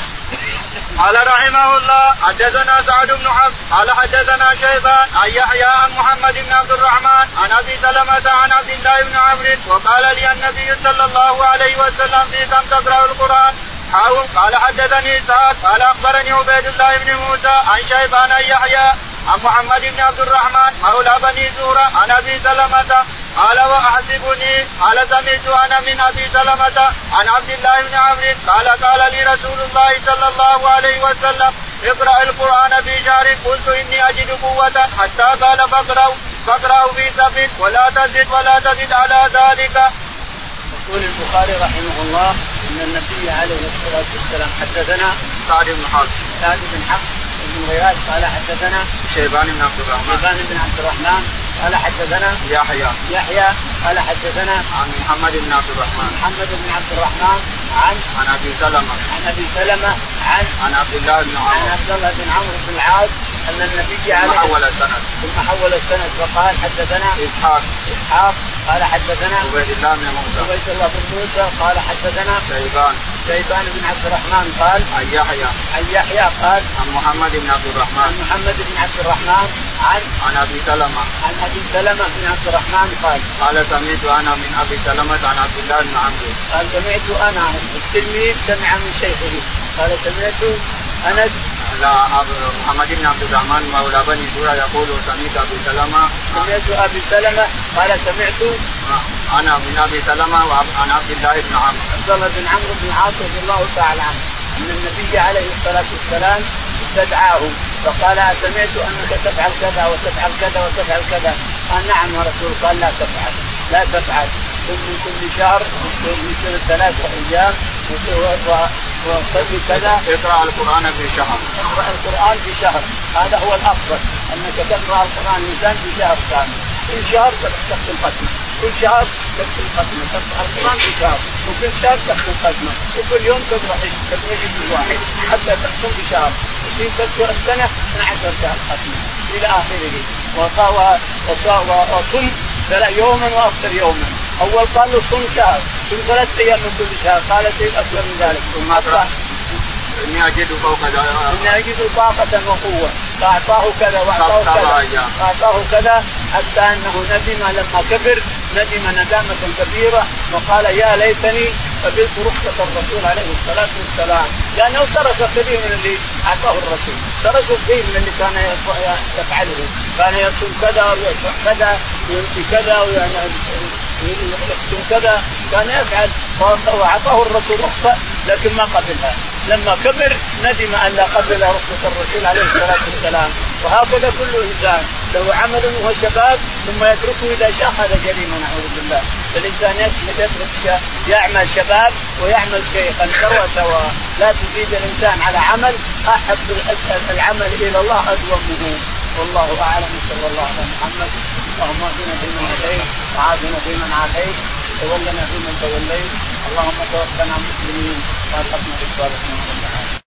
قال رحمه الله حدثنا سعد بن حفص قال حدثنا شيبان عن يحيى عن محمد بن عبد الرحمن عن ابي سلمة عن عبد الله بن عمرو وقال لي النبي صلى الله عليه وسلم في كم تقرأ القرآن حاول. قال حدثني سعد قال اخبرني عبيد الله بن موسى عن شيبان عن يحيى عن محمد بن عبد الرحمن مولى بني زهرة عن ابي سلمة قال واحسبني قال سمعت انا من ابي سلمة عن عبد الله بن عمرو قال قال لي رسول الله صلى الله عليه وسلم اقرأ القرآن في شهر قلت اني اجد قوة حتى قال فاقرأوا فاقرأوا في سبع ولا تزد ولا تزد على ذلك. يقول البخاري رحمه الله ان النبي عليه الصلاة والسلام حدثنا سعد بن حفص سعد بن حفص بن غياث قال حدثنا شيبان بن عبد الرحمن شيبان بن عبد الرحمن قال حدثنا يحيى يحيى قال حدثنا عن محمد بن عبد الرحمن محمد بن عبد الرحمن عن عن ابي سلمة عن ابي سلمة عن عن عبد الله بن عمرو عن عبد الله بن عمرو بن العاص ان النبي عليه حول السند ثم حول السند وقال حدثنا اسحاق اسحاق قال حدثنا عبيد الله بن موسى عبيد الله بن موسى قال حدثنا شيبان شيبان بن عبد الرحمن قال عن يحيى عن يحيى قال عن محمد بن عبد الرحمن عن محمد بن عبد الرحمن عن عن ابي سلمة عن ابي سلمة بن عبد الرحمن قال قال سمعت انا من ابي سلمة عن عبد الله بن عمرو قال سمعت انا التلميذ سمع من شيخه قال سمعت انس لا محمد بن عبد الرحمن مولى بني زهرة يقول سمعت ابي سلمة سمعت ابي سلمة قال سمعت انا من ابي سلمة وعن عبد الله بن عمرو عبد الله بن عمرو بن العاص رضي الله تعالى عنه ان النبي عليه الصلاة والسلام استدعاه فقال سمعت انك تفعل كذا وتفعل كذا وتفعل كذا قال نعم يا رسول. قال لا تفعل لا تفعل من كل شهر من كل ثلاثة ايام وصلي كذا اقرأ القرآن في شهر اقرأ القرآن في شهر. هذا هو الافضل انك تقرأ القرآن الانسان في شهر كامل. كل شهر تختم ختمة كل شهر تختم ختمة تقرأ القرآن في شهر وكل شهر تختم ختمة وكل يوم تقرأ جزء واحد حتى تختم في شهر وفي تذكر السنة اثنا عشر شهر ختمة إلى آخره. وصم يوما وأفطر يوما. أول قال له صم شهر صم ثلاثة أيام من كل شهر قال شيء أكثر من ذلك ثم أقرأ إني أجد فوق ذلك إني أجد طاقة وقوة فأعطاه كذا وأعطاه كذا فأعطاه كذا حتى أنه ندم لما كبر ندم ندامة كبيرة وقال يا ليتني قبلت رخصة الرسول عليه الصلاة والسلام، لأنه ترك كثير من اللي أعطاه الرسول، ترك كثير من اللي كان يفعله، كان يصوم كذا ويشرح كذا ويمشي كذا ويحسن كذا، كان يفعل وأعطاه الرسول رخصة لكن ما قبلها. لما كبر ندم أن لا قبل رخصة الرسول عليه الصلاة والسلام. وهكذا كل إنسان له عمل وهو شباب ثم يتركه إذا شاخ هذا جريمة نعوذ بالله. فالإنسان يترك يعمل شباب ويعمل شيخا سوا سوا. لا تزيد الإنسان على عمل أحب العمل إلى الله أدومه. والله أعلم. صلى الله على محمد. اللهم اهدنا فيمن هديت وعافنا فيمن عافيت وتولنا فيمن توليت. اللهم توفنا مسلمين وألحقنا بالصالحين.